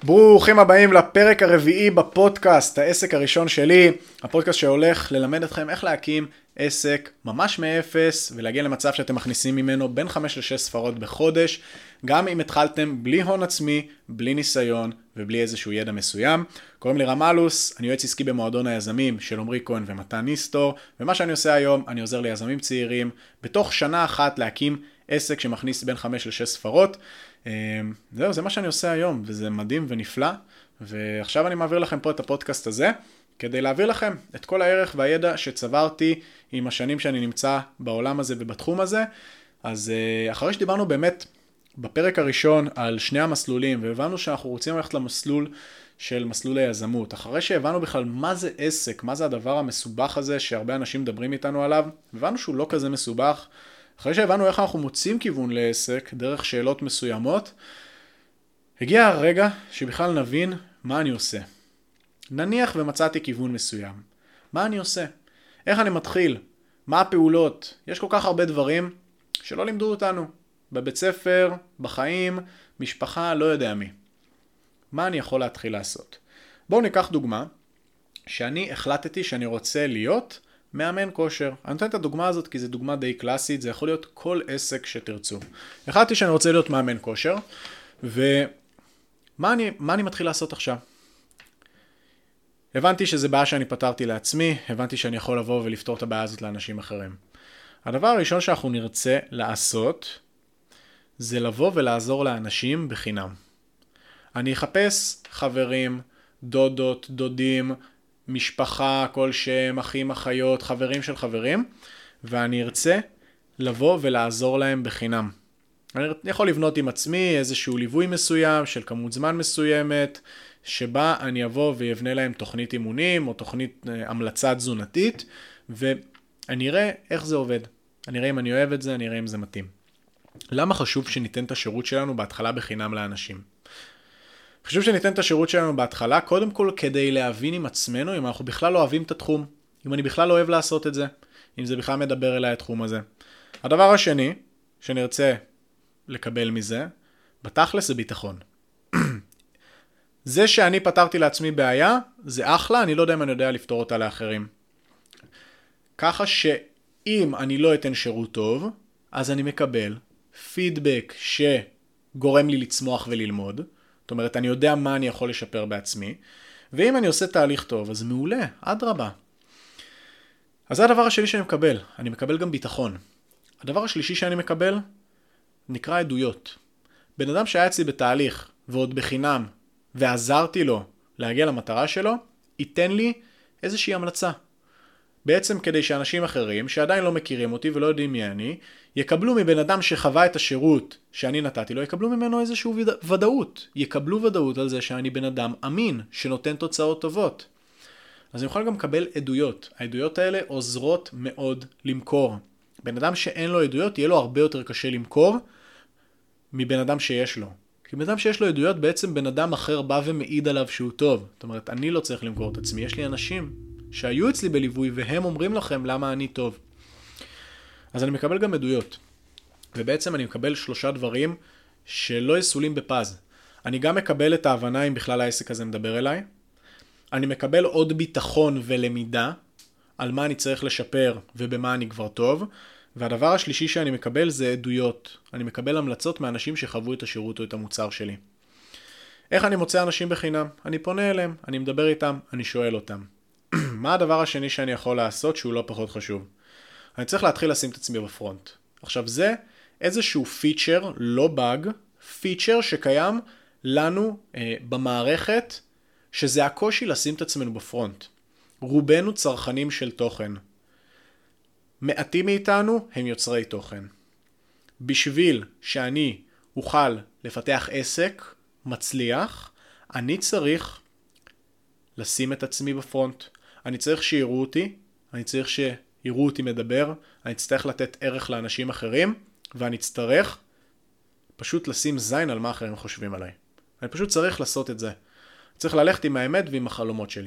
ברוכים הבאים לפרק הרביעי בפודקאסט, העסק הראשון שלי, הפודקאסט שהולך ללמד אתכם איך להקים עסק ממש מאפס ולהגיע למצב שאתם מכניסים ממנו בין 5 ל-6 ספרות בחודש, גם אם התחלתם בלי הון עצמי, בלי ניסיון ובלי איזשהו ידע מסוים. קוראים לי רמלוס, אני יועץ עסקי במועדון היזמים של עמרי כהן ומתן ניסטור, ומה שאני עושה היום, אני עוזר ליזמים צעירים בתוך שנה אחת להקים עסק שמכניס בין 5 ל-6 ספרות. זהו, זה מה שאני עושה היום, וזה מדהים ונפלא, ועכשיו אני מעביר לכם פה את הפודקאסט הזה, כדי להעביר לכם את כל הערך והידע שצברתי עם השנים שאני נמצא בעולם הזה ובתחום הזה. אז אחרי שדיברנו באמת בפרק הראשון על שני המסלולים, והבנו שאנחנו רוצים ללכת למסלול של מסלול היזמות, אחרי שהבנו בכלל מה זה עסק, מה זה הדבר המסובך הזה שהרבה אנשים מדברים איתנו עליו, הבנו שהוא לא כזה מסובך. אחרי שהבנו איך אנחנו מוצאים כיוון לעסק דרך שאלות מסוימות, הגיע הרגע שבכלל נבין מה אני עושה. נניח ומצאתי כיוון מסוים. מה אני עושה? איך אני מתחיל? מה הפעולות? יש כל כך הרבה דברים שלא לימדו אותנו. בבית ספר, בחיים, משפחה, לא יודע מי. מה אני יכול להתחיל לעשות? בואו ניקח דוגמה שאני החלטתי שאני רוצה להיות מאמן כושר. אני נותן את הדוגמה הזאת כי זו דוגמה די קלאסית, זה יכול להיות כל עסק שתרצו. החלטתי שאני רוצה להיות מאמן כושר, ומה אני מתחיל לעשות עכשיו? הבנתי שזה בעיה שאני פתרתי לעצמי, הבנתי שאני יכול לבוא ולפתור את הבעיה הזאת לאנשים אחרים. הדבר הראשון שאנחנו נרצה לעשות, זה לבוא ולעזור לאנשים בחינם. אני אחפש חברים, דודות, דודים, משפחה, כל שם, אחים, אחיות, חברים של חברים, ואני ארצה לבוא ולעזור להם בחינם. אני יכול לבנות עם עצמי איזשהו ליווי מסוים של כמות זמן מסוימת, שבה אני אבוא ויבנה להם תוכנית אימונים או תוכנית המלצה תזונתית, ואני אראה איך זה עובד. אני אראה אם אני אוהב את זה, אני אראה אם זה מתאים. למה חשוב שניתן את השירות שלנו בהתחלה בחינם לאנשים? חשוב שניתן את השירות שלנו בהתחלה, קודם כל כדי להבין עם עצמנו, אם אנחנו בכלל לא אוהבים את התחום, אם אני בכלל לא אוהב לעשות את זה, אם זה בכלל מדבר אליי התחום הזה. הדבר השני שנרצה לקבל מזה, בתכלס זה ביטחון. זה שאני פתרתי לעצמי בעיה, זה אחלה, אני לא יודע אם אני יודע לפתור אותה לאחרים. ככה שאם אני לא אתן שירות טוב, אז אני מקבל פידבק שגורם לי לצמוח וללמוד, זאת אומרת, אני יודע מה אני יכול לשפר בעצמי, ואם אני עושה תהליך טוב, אז מעולה, אדרבה. אז זה הדבר השני שאני מקבל, אני מקבל גם ביטחון. הדבר השלישי שאני מקבל, נקרא עדויות. בן אדם שהיה אצלי בתהליך, ועוד בחינם, ועזרתי לו להגיע למטרה שלו, ייתן לי איזושהי המלצה. בעצם כדי שאנשים אחרים, שעדיין לא מכירים אותי ולא יודעים מי אני, יקבלו מבן אדם שחווה את השירות שאני נתתי לו, יקבלו ממנו איזשהו ודאות. יקבלו ודאות על זה שאני בן אדם אמין, שנותן תוצאות טובות. אז אני יכול גם לקבל עדויות. העדויות האלה עוזרות מאוד למכור. בן אדם שאין לו עדויות, יהיה לו הרבה יותר קשה למכור מבן אדם שיש לו. כי בן אדם שיש לו עדויות, בעצם בן אדם אחר בא ומעיד עליו שהוא טוב. זאת אומרת, אני לא צריך למכור את עצמי. יש לי אנשים שהיו אצלי בליווי והם אומרים לכם למה אני טוב. אז אני מקבל גם עדויות. ובעצם אני מקבל 3 דברים שלא יסולים בפז. אני גם מקבל את ההבנה אם בכלל העסק הזה מדבר אליי. אני מקבל עוד ביטחון ולמידה על מה אני צריך לשפר ובמה אני כבר טוב. והדבר השלישי שאני מקבל זה עדויות. אני מקבל המלצות מאנשים שחוו את השירות או את המוצר שלי. איך אני מוצא אנשים בחינם? אני פונה אליהם, אני מדבר איתם, אני שואל אותם. מה הדבר השני שאני יכול לעשות שהוא לא פחות חשוב? אני צריך להתחיל לשים את עצמי בפרונט. עכשיו זה איזשהו פיצ'ר, לא באג, פיצ'ר שקיים לנו במערכת, שזה הקושי לשים את עצמנו בפרונט. רובנו צרכנים של תוכן. מעטים מאיתנו הם יוצרי תוכן. בשביל שאני אוכל לפתח עסק מצליח, אני צריך לשים את עצמי בפרונט. אני צריך שיראו אותי, אני צריך שיראו אותי מדבר, אני צריך לתת ערך לאנשים אחרים, ואני צריך פשוט לשים זין על מה אחרים חושבים עליי. אני פשוט צריך לעשות את זה. צריך ללכת עם האמת ועם החלומות שלי.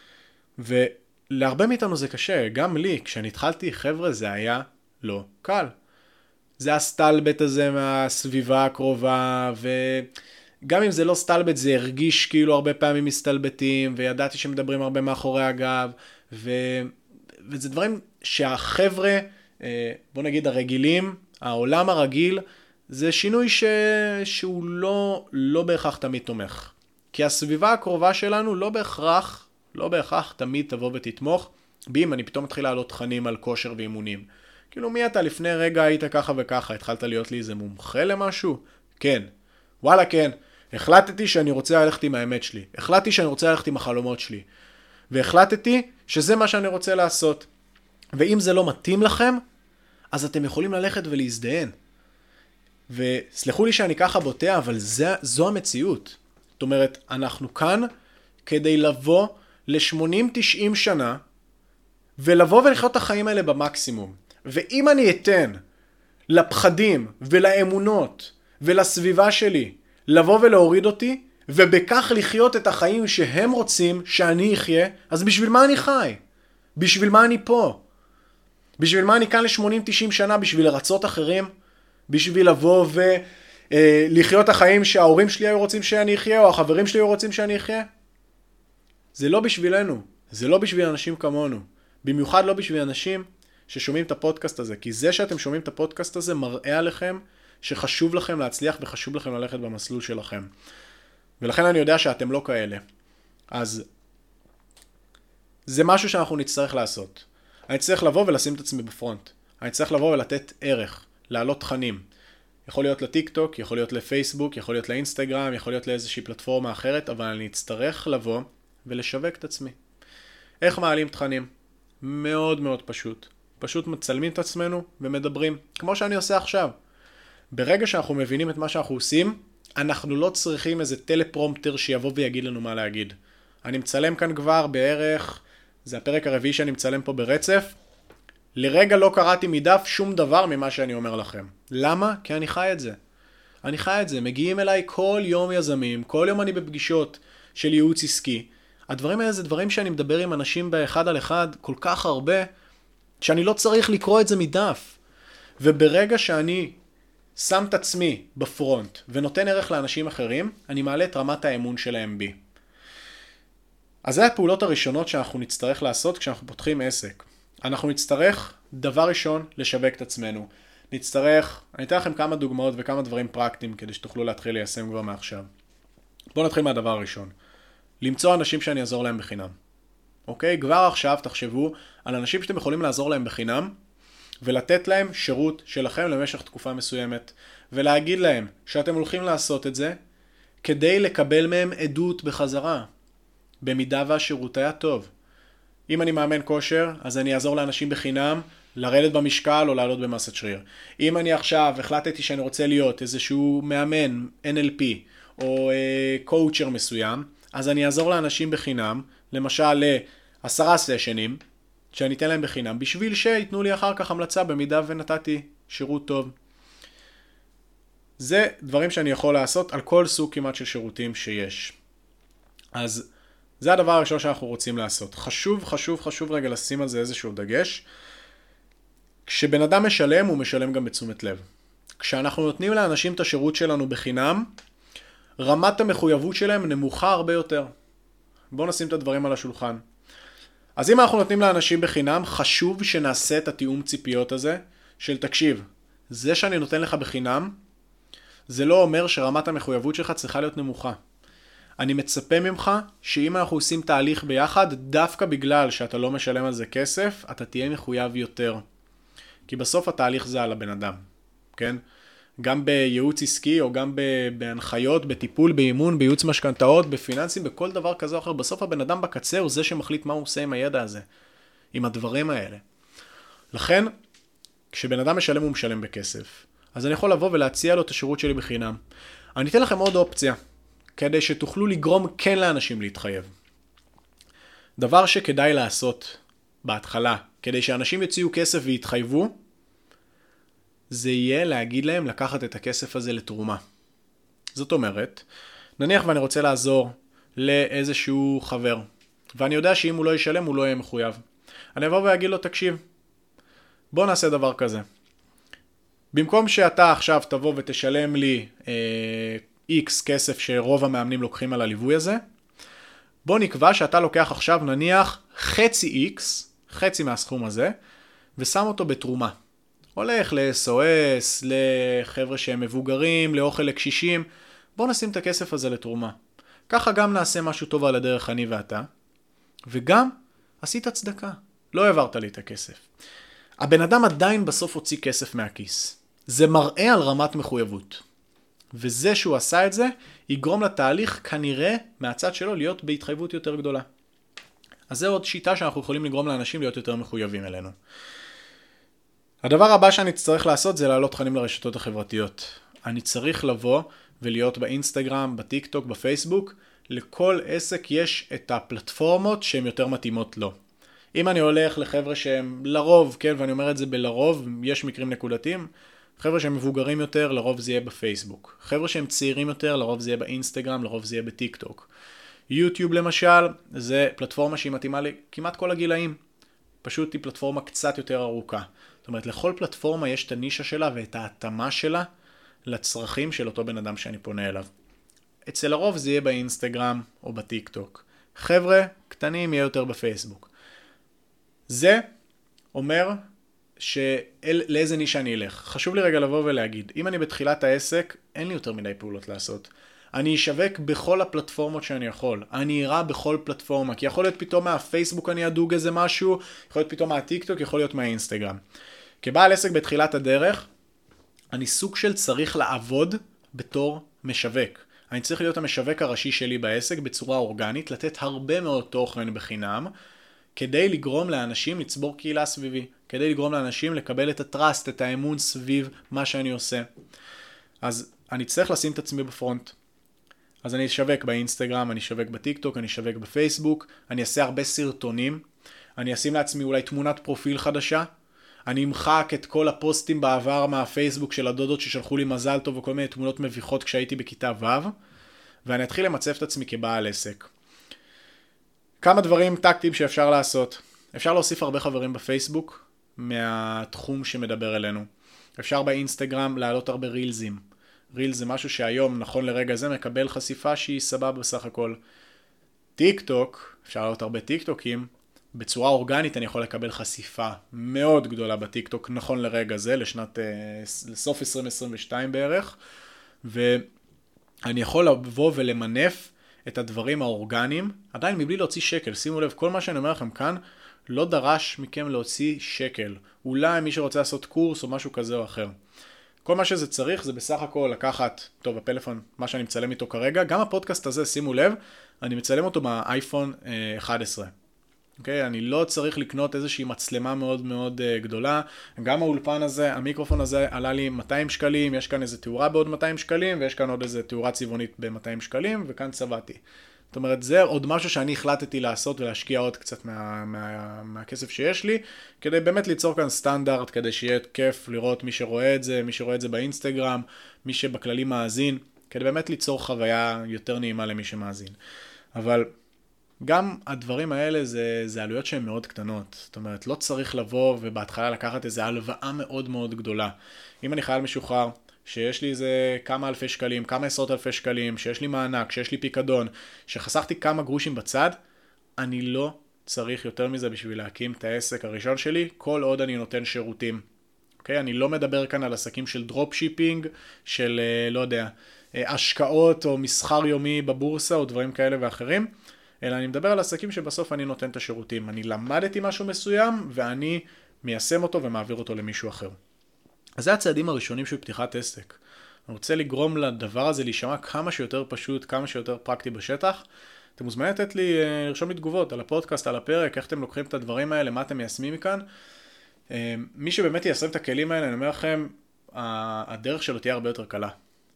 ולהרבה מאיתנו זה קשה, גם לי, כשאני התחלתי, חבר'ה, זה היה לא קל. זה הסטלבט הזה מהסביבה הקרובה, גם אם זה לא סטלבט, זה הרגיש כאילו הרבה פעמים מסתלבטים, וידעתי שמדברים הרבה מאחורי הגב, וזה דברים שהחבר'ה, בוא נגיד הרגילים, העולם הרגיל, זה שינוי שהוא לא בהכרח תמיד תומך. כי הסביבה הקרובה שלנו לא בהכרח תמיד תבוא ותתמוך, אם אני פתאום מתחיל לעלות תכנים על כושר ואימונים. כאילו מי אתה לפני רגע היית ככה וככה, התחלת להיות לי איזה מומחה למשהו? כן. וואלה כן. החלטתי שאני רוצה ללכת עם האמת שלי. החלטתי שאני רוצה ללכת עם החלומות שלי. והחלטתי שזה מה שאני רוצה לעשות. ואם זה לא מתאים לכם, אז אתם יכולים ללכת ולהזדהן. וסלחו לי שאני ככה בוטה, אבל זו המציאות. זאת אומרת, אנחנו כאן כדי לבוא ל-80-90 שנה, ולבוא ולחיות את החיים האלה במקסימום. ואם אני אתן לפחדים ולאמונות ולסביבה שלי לבוא ולהוריד אותי, ובכך לחיות את החיים שהם רוצים שאני אחיה, אז בשביל מה אני חי? בשביל מה אני פה? בשביל מה אני כאן ל-80-90 שנה? בשביל לרצות אחרים? בשביל לבוא ולחיות החיים שההורים שלי היו רוצים שאני אחיה, או החברים שלי היו רוצים שאני אחיה? זה לא בשבילנו. זה לא בשביל אנשים כמונו. במיוחד לא בשביל אנשים ששומעים את הפודקאסט הזה. כי זה שאתם שומעים את הפודקאסט הזה מראה עליכם שחשוב לכם להצליח וחשוב לכם ללכת במסלול שלכם. ולכן אני יודע שאתם לא כאלה. אז זה משהו שאנחנו נצטרך לעשות. אני צריך לבוא ולשים את עצמי בפרונט. אני צריך לבוא ולתת ערך, להעלות תכנים. יכול להיות לטיק טוק, יכול להיות לפייסבוק, יכול להיות לאינסטגרם, יכול להיות לאיזושהי פלטפורמה אחרת, אבל אני אצטרך לבוא ולשווק את עצמי. איך מעלים תכנים? מאוד מאוד פשוט. פשוט מצלמים את עצמנו ומדברים, כמו שאני עושה עכשיו. ברגע שאנחנו מבינים את מה שאנחנו עושים, אנחנו לא צריכים איזה טלפרומפטר שיבוא ויגיד לנו מה להגיד. אני מצלם כאן כבר בערך, זה הפרק הרביעי שאני מצלם פה ברצף, לרגע לא קראתי מדף שום דבר ממה שאני אומר לכם. למה? כי אני חי את זה. אני חי את זה. מגיעים אליי כל יום יזמים, כל יום אני בפגישות של ייעוץ עסקי. הדברים האלה זה דברים שאני מדבר עם אנשים באחד על אחד כל כך הרבה, שאני לא צריך לקרוא את זה מדף. וברגע שאני שם את עצמי בפרונט ונותן ערך לאנשים אחרים, אני מעלה את רמת האמון שלהם בי. אז זה הפעולות הראשונות שאנחנו נצטרך לעשות כשאנחנו פותחים עסק. אנחנו נצטרך, דבר ראשון, לשווק את עצמנו. אני אתן לכם כמה דוגמאות וכמה דברים פרקטיים כדי שתוכלו להתחיל ליישם כבר מעכשיו. בואו נתחיל מהדבר הראשון. למצוא אנשים שאני אעזור להם בחינם. אוקיי? כבר עכשיו תחשבו על אנשים שאתם יכולים לעזור להם בחינם, ולתת להם שירות שלכם למשך תקופה מסוימת, ולהגיד להם שאתם הולכים לעשות את זה, כדי לקבל מהם עדות בחזרה, במידה והשירות היה טוב. אם אני מאמן כושר, אז אני אעזור לאנשים בחינם, לרדת במשקל או לעלות במסת שריר. אם אני עכשיו החלטתי שאני רוצה להיות איזשהו מאמן NLP, או קואוצ'ר מסוים, אז אני אעזור לאנשים בחינם, למשל ל10 סשנים, שאני אתן להם בחינם, בשביל שיתנו לי אחר כך המלצה במידה ונתתי שירות טוב. זה דברים שאני יכול לעשות על כל סוג כמעט של שירותים שיש. אז זה הדבר הראשון שאנחנו רוצים לעשות. חשוב רגע לשים על זה איזשהו דגש. כשבן אדם משלם, הוא משלם גם בתשומת לב. כשאנחנו נותנים לאנשים את השירות שלנו בחינם, רמת המחויבות שלהם נמוכה הרבה יותר. בואו נשים את הדברים על השולחן. אז אם אנחנו נותנים לאנשים בחינם, חשוב שנעשה את התיאום ציפיות הזה, של תקשיב, זה שאני נותן לך בחינם, זה לא אומר שרמת המחויבות שלך צריכה להיות נמוכה. אני מצפה ממך שאם אנחנו עושים תהליך ביחד, דווקא בגלל שאתה לא משלם על זה כסף, אתה תהיה מחויב יותר. כי בסוף התהליך זה על הבן אדם, כן? גם בייעוץ עסקי או גם בהנחיות, בטיפול, באימון, בייעוץ משכנתאות, בפיננסים, בכל דבר כזה או אחר, בסוף הבן אדם בקצה הוא זה שמחליט מה הוא עושה עם הידע הזה, עם הדברים האלה. לכן, כשבן אדם משלם הוא משלם בכסף. אז אני יכול לבוא ולהציע לו את השירות שלי בחינם. אני אתן לכם עוד אופציה, כדי שתוכלו לגרום כן לאנשים להתחייב. דבר שכדאי לעשות בהתחלה, כדי שאנשים יוציאו כסף ויתחייבו, זה יהיה להגיד להם לקחת את הכסף הזה לתרומה. זאת אומרת, נניח ואני רוצה לעזור לאיזשהו חבר, ואני יודע שאם הוא לא ישלם הוא לא יהיה מחויב. אני אבוא ואגיד לו, תקשיב, בוא נעשה דבר כזה. במקום שאתה עכשיו תבוא ותשלם לי X כסף שרוב המאמנים לוקחים על הליווי הזה. בוא נקבע שאתה לוקח עכשיו נניח חצי X, חצי מהסכום הזה, ושם אותו בתרומה. הולך ל-SOS, לחבר'ה שהם מבוגרים, לאוכל לקשישים. בוא נשים את הכסף הזה לתרומה. ככה גם נעשה משהו טוב על הדרך אני ואתה, וגם עשית צדקה. לא העברת לי את הכסף. הבן אדם עדיין בסוף הוציא כסף מהכיס. זה מראה על רמת מחויבות. וזה שהוא עשה את זה, יגרום לתהליך כנראה מהצד שלו להיות בהתחייבות יותר גדולה. אז זה עוד שיטה שאנחנו יכולים לגרום לאנשים להיות יותר מחויבים אלינו. הדבר הבא שאני צריך לעשות זה להעלות תכנים לרשתות החברתיות. אני צריך לבוא ולהיות באינסטגרם, בטיק טוק, בפייסבוק. לכל עסק יש את הפלטפורמות שהן יותר מתאימות לו. אם אני הולך לחבר'ה שהם לרוב, כן, ואני אומר את זה בלרוב, יש מקרים נקודתיים, חבר'ה שהם מבוגרים יותר, לרוב זה יהיה בפייסבוק. חבר'ה שהם צעירים יותר, לרוב זה יהיה באינסטגרם, לרוב זה יהיה בטיק טוק. יוטיוב למשל, זה פלטפורמה שהיא מתאימה לכמעט כל הגילאים. פשוט היא פלטפורמה קצת יותר ארוכה. זאת אומרת, לכל פלטפורמה יש את הנישה שלה ואת ההתאמה שלה לצרכים של אותו בן אדם שאני פונה אליו. אצל הרוב זה יהיה באינסטגרם או בטיק טוק. חבר'ה קטנים יהיה יותר בפייסבוק. זה אומר לאיזה נישה אני אלך. חשוב לי רגע לבוא ולהגיד, אם אני בתחילת העסק, אין לי יותר מדי פעולות לעשות. אני אשווק בכל הפלטפורמות שאני יכול. אני אראה בכל פלטפורמה, כי יכול להיות פתאום מהפייסבוק אני אדוג איזה משהו, יכול להיות פתאום מהטיק טוק, יכול להיות מהאינסטגרם. כבעל עסק בתחילת הדרך, אני סוג של צריך לעבוד בתור משווק. אני צריך להיות המשווק הראשי שלי בעסק בצורה אורגנית, לתת הרבה מאוד תוכן בחינם, כדי לגרום לאנשים לצבור קהילה סביבי, כדי לגרום לאנשים לקבל את הטרסט, את האמון סביב מה שאני עושה. אז אני צריך לשים את עצמי בפרונט. אז אני אשווק באינסטגרם, אני אשווק בטיק טוק, אני אשווק בפייסבוק, אני אעשה הרבה סרטונים, אני אשים לעצמי אולי תמונת פרופיל חדשה, אני אמחק את כל הפוסטים בעבר מהפייסבוק של הדודות ששלחו לי מזל טוב וכל מיני תמונות מביכות כשהייתי בכיתה ו', ואני אתחיל למצב את עצמי כבעל עסק. כמה דברים טקטיים שאפשר לעשות. אפשר להוסיף הרבה חברים בפייסבוק מהתחום שמדבר אלינו. אפשר באינסטגרם להעלות הרבה רילזים. רילס זה משהו שהיום, נכון לרגע זה, מקבל חשיפה שהיא סבבה בסך הכל. טיק טוק, אפשר להעלות הרבה טיק טוקים. בצורה אורגנית אני יכול לקבל חשיפה מאוד גדולה בטיק טוק, נכון לרגע זה, לסוף 2022 בערך. ואני יכול לבוא ולמנף את הדברים האורגניים, עדיין מבלי להוציא שקל. שימו לב, כל מה שאני אומר לכם כאן, לא דרש מכם להוציא שקל. אולי מי שרוצה לעשות קורס או משהו כזה או אחר. כל מה שזה צריך זה בסך הכל לקחת, טוב, הפלאפון, מה שאני מצלם איתו כרגע, גם הפודקאסט הזה, שימו לב, אני מצלם אותו מהאייפון 11. אוקיי? אני לא צריך לקנות איזושהי מצלמה מאוד מאוד גדולה. גם האולפן הזה, המיקרופון הזה עלה לי 200 שקלים, יש כאן איזו תאורה בעוד 200 שקלים, ויש כאן עוד איזו תאורה צבעונית ב-200 שקלים, וכאן צבעתי. זאת אומרת, זה עוד משהו שאני החלטתי לעשות ולהשקיע עוד קצת מהכסף שיש לי, כדי באמת ליצור כאן סטנדרט, כדי שיהיה כיף לראות מי שרואה את זה, מי שרואה את זה באינסטגרם, מי שבכללי מאזין, כדי באמת ליצור חוויה יותר נעימה למי שמאזין. אבל גם הדברים האלה זה עלויות שהן מאוד קטנות. זאת אומרת, לא צריך לבוא ובהתחלה לקחת איזו הלוואה מאוד מאוד גדולה. אם אני חייל משוחרר, שיש לי איזה כמה אלפי שקלים, כמה עשרות אלפי שקלים, שיש לי מענק, שיש לי פיקדון, שחסכתי כמה גרושים בצד, אני לא צריך יותר מזה בשביל להקים את העסק הראשון שלי, כל עוד אני נותן שירותים. אוקיי? אני לא מדבר כאן על עסקים של דרופ שיפינג, של, לא יודע, השקעות או מסחר יומי בבורסה או דברים כאלה ואחרים, אלא אני מדבר על עסקים שבסוף אני נותן את השירותים. אני למדתי משהו מסוים ואני מיישם אותו ומעביר אותו למישהו אחר. אז זה הצעדים הראשונים של פתיחת עסק. אני רוצה לגרום לדבר הזה להישמע כמה שיותר פשוט, כמה שיותר פרקטי בשטח. אתם מוזמנים לתת לי, לרשום לי תגובות על הפודקאסט, על הפרק, איך אתם לוקחים את הדברים האלה, מה אתם מיישמים מכאן. מי שבאמת יישם את הכלים האלה, אני אומר לכם, הדרך שלו תהיה הרבה יותר קלה.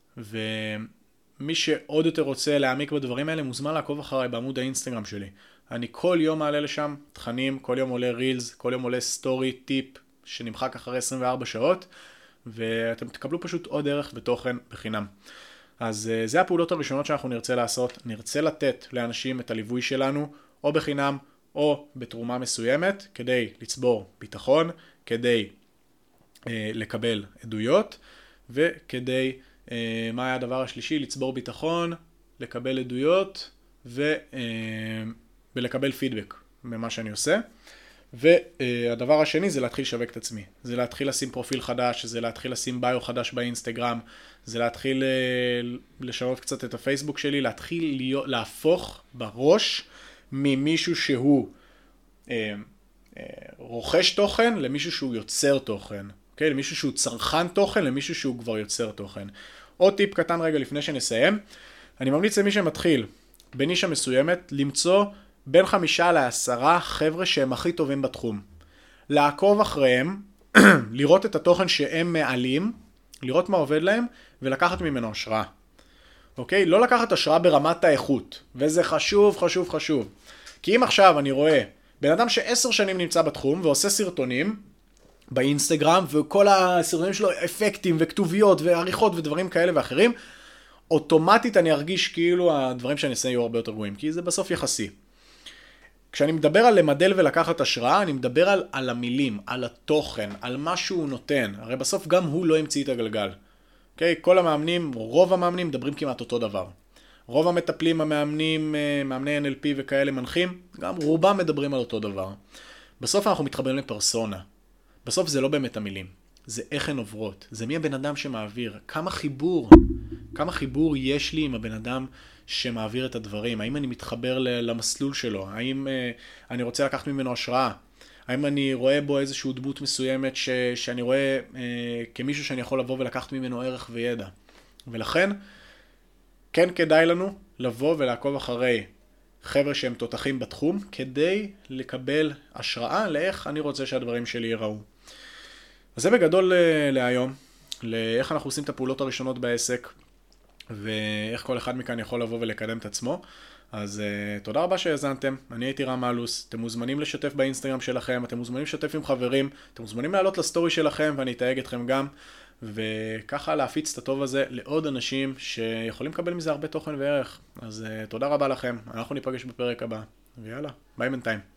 ומי שעוד יותר רוצה להעמיק בדברים האלה, מוזמן לעקוב אחריי בעמוד האינסטגרם שלי. אני כל יום מעלה לשם תכנים, כל יום עולה רילס, כל יום עולה סטורי, טיפ, שנמחק אחרי 24 שעות, ואתם תקבלו פשוט עוד ערך ותוכן בחינם. אז זה הפעולות הראשונות שאנחנו נרצה לעשות. נרצה לתת לאנשים את הליווי שלנו, או בחינם, או בתרומה מסוימת, כדי לצבור ביטחון, כדי לקבל עדויות, וכדי מה היה הדבר השלישי? לצבור ביטחון, לקבל עדויות ולקבל פידבק ממה שאני עושה. והדבר השני זה להתחיל לשווק את עצמי. זה להתחיל לשים פרופיל חדש, זה להתחיל לשים ביו חדש באינסטגרם, זה להתחיל לשנות קצת את הפייסבוק שלי, להתחיל להפוך בראש ממישהו שהוא רוכש תוכן למישהו שהוא יוצר תוכן. אוקיי? למישהו שהוא צרכן תוכן, למישהו שהוא כבר יוצר תוכן. עוד טיפ קטן רגע לפני שנסיים. אני ממליץ למי שמתחיל בנישה מסוימת למצוא בין 5 ל10 חבר'ה שהם הכי טובים בתחום. לעקוב אחריהם, לראות את התוכן שהם מעלים, לראות מה עובד להם, ולקחת ממנו השראה. אוקיי? לא לקחת השראה ברמת האיכות, וזה חשוב, חשוב, חשוב. כי אם עכשיו אני רואה בן אדם ש10 שנים נמצא בתחום, ועושה סרטונים באינסטגרם, וכל הסרטונים שלו אפקטים וכתוביות ועריכות ודברים כאלה ואחרים, אוטומטית אני ארגיש כאילו הדברים שאני אעשה יהיו הרבה יותר גרועים, כי זה בסוף יחסי. כשאני מדבר על למדל ולקחת השראה, אני מדבר על המילים, על התוכן, על מה שהוא נותן. הרי בסוף גם הוא לא המציא את הגלגל. אוקיי? כל המאמנים, רוב המאמנים מדברים כמעט אותו דבר. רוב המטפלים, המאמנים, מאמני NLP וכאלה מנחים, גם רובם מדברים על אותו דבר. בסוף אנחנו מתחברים לפרסונה. בסוף זה לא באמת המילים. זה איך הן עוברות. זה מי הבן אדם שמעביר. כמה חיבור יש לי עם הבן אדם שמעביר את הדברים. האם אני מתחבר למסלול שלו? האם אני רוצה לקחת ממנו השראה? האם אני רואה בו איזושהי דמות מסוימת שאני רואה כמישהו שאני יכול לבוא ולקחת ממנו ערך וידע? ולכן, כן כדאי לנו לבוא ולעקוב אחרי חבר'ה שהם תותחים בתחום, כדי לקבל השראה לאיך אני רוצה שהדברים שלי ייראו. אז זה בגדול להיום, לאיך אנחנו עושים את הפעולות הראשונות בעסק, ואיך כל אחד מכאן יכול לבוא ולקדם את עצמו. אז תודה רבה שהאזנתם, אני הייתי רם אלוס, אתם מוזמנים לשתף באינסטגרם שלכם, אתם מוזמנים לשתף עם חברים, אתם מוזמנים לעלות לסטורי שלכם ואני אתייג אתכם גם, וככה להפיץ את הטוב הזה לעוד אנשים שיכולים לקבל מזה הרבה תוכן וערך. אז תודה רבה לכם, אנחנו ניפגש בפרק הבא, ויאללה, ביי בינתיים.